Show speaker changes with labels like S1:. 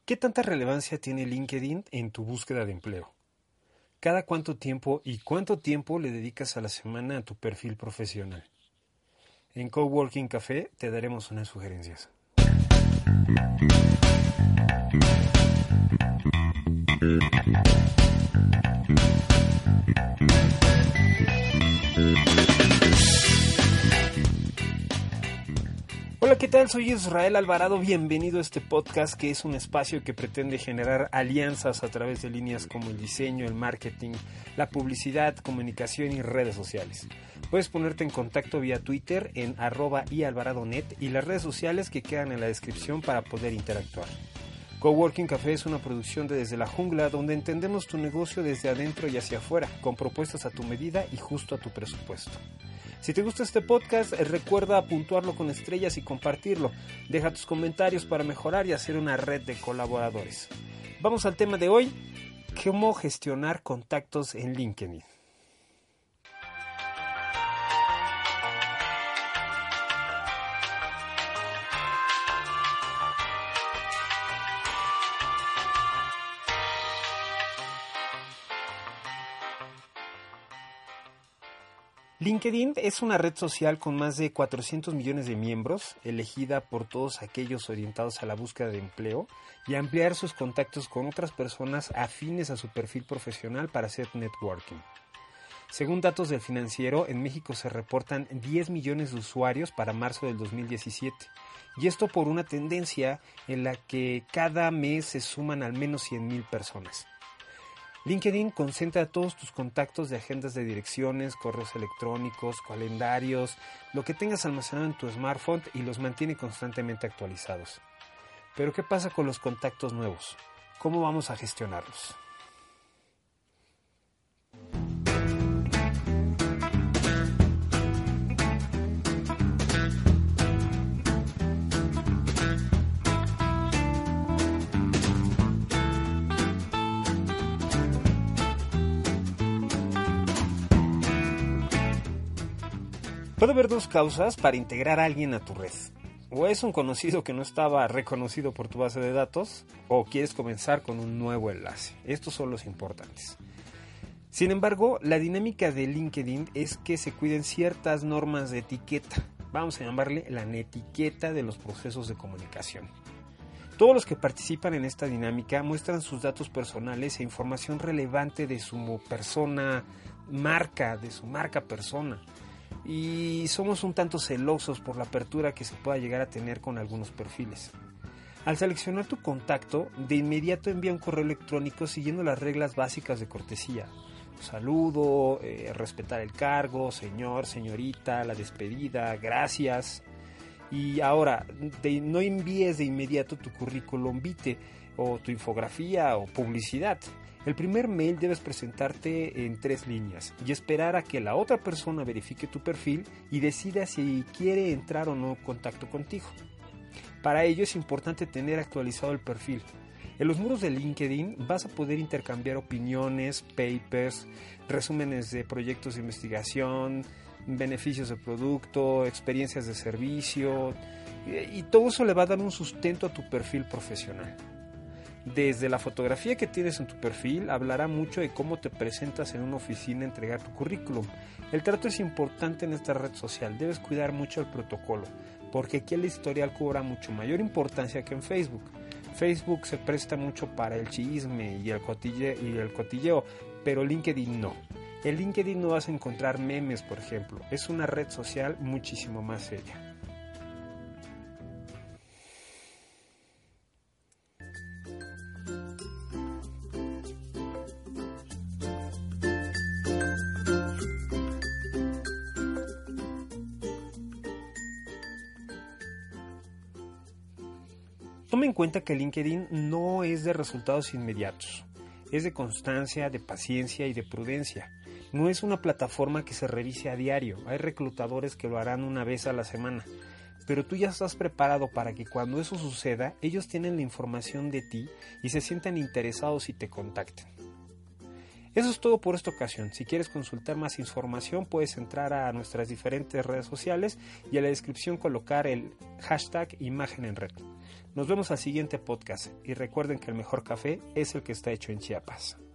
S1: ¿Qué tanta relevancia tiene LinkedIn en tu búsqueda de empleo? ¿Cada cuánto tiempo y cuánto tiempo le dedicas a la semana a tu perfil profesional? En Coworking Café te daremos unas sugerencias. Hola, ¿qué tal? Soy Israel Alvarado, bienvenido a este podcast que es un espacio que pretende generar alianzas a través de líneas como el diseño, el marketing, la publicidad, comunicación y redes sociales. Puedes ponerte en contacto vía Twitter en @ialvaradonet y las redes sociales que quedan en la descripción para poder interactuar. Coworking Café es una producción de Desde la Jungla donde entendemos tu negocio desde adentro y hacia afuera, con propuestas a tu medida y justo a tu presupuesto. Si te gusta este podcast, recuerda puntuarlo con estrellas y compartirlo. Deja tus comentarios para mejorar y hacer una red de colaboradores. Vamos al tema de hoy: ¿cómo gestionar contactos en LinkedIn? LinkedIn es una red social con más de 400 millones de miembros, elegida por todos aquellos orientados a la búsqueda de empleo y a ampliar sus contactos con otras personas afines a su perfil profesional para hacer networking. Según datos del Financiero, en México se reportan 10 millones de usuarios para marzo del 2017, y esto por una tendencia en la que cada mes se suman al menos 100,000 personas. LinkedIn concentra todos tus contactos de agendas de direcciones, correos electrónicos, calendarios, lo que tengas almacenado en tu smartphone y los mantiene constantemente actualizados. Pero ¿qué pasa con los contactos nuevos? ¿Cómo vamos a gestionarlos? Puede haber dos causas para integrar a alguien a tu red. O es un conocido que no estaba reconocido por tu base de datos, o quieres comenzar con un nuevo enlace. Estos son los importantes. Sin embargo, la dinámica de LinkedIn es que se cuiden ciertas normas de etiqueta. Vamos a llamarle la netiqueta de los procesos de comunicación. Todos los que participan en esta dinámica muestran sus datos personales e información relevante de su persona, de su marca persona. Y somos un tanto celosos por la apertura que se pueda llegar a tener con algunos perfiles. Al seleccionar tu contacto, de inmediato envía un correo electrónico siguiendo las reglas básicas de cortesía. Saludo, respetar el cargo, señor, señorita, la despedida, gracias. Y ahora, no envíes de inmediato tu currículum vitae o tu infografía o publicidad. El primer mail debes presentarte en 3 líneas y esperar a que la otra persona verifique tu perfil y decida si quiere entrar o no en contacto contigo. Para ello es importante tener actualizado el perfil. En los muros de LinkedIn vas a poder intercambiar opiniones, papers, resúmenes de proyectos de investigación, beneficios de producto, experiencias de servicio, y todo eso le va a dar un sustento a tu perfil profesional. Desde la fotografía que tienes en tu perfil hablará mucho de cómo te presentas en una oficina a entregar tu currículum. El trato es importante en esta red social, debes cuidar mucho el protocolo, porque aquí el historial cobra mucho mayor importancia que en Facebook. Facebook se presta mucho para el chisme y el cotilleo, pero LinkedIn no. En LinkedIn no vas a encontrar memes, por ejemplo. Es una red social muchísimo más seria. Toma en cuenta que LinkedIn no es de resultados inmediatos, es de constancia, de paciencia y de prudencia. No es una plataforma que se revise a diario, hay reclutadores que lo harán una vez a la semana, pero tú ya estás preparado para que cuando eso suceda, ellos tienen la información de ti y se sientan interesados y te contacten. Eso es todo por esta ocasión. Si quieres consultar más información, puedes entrar a nuestras diferentes redes sociales y a la descripción colocar el hashtag Imagen en Red. Nos vemos al siguiente podcast y recuerden que el mejor café es el que está hecho en Chiapas.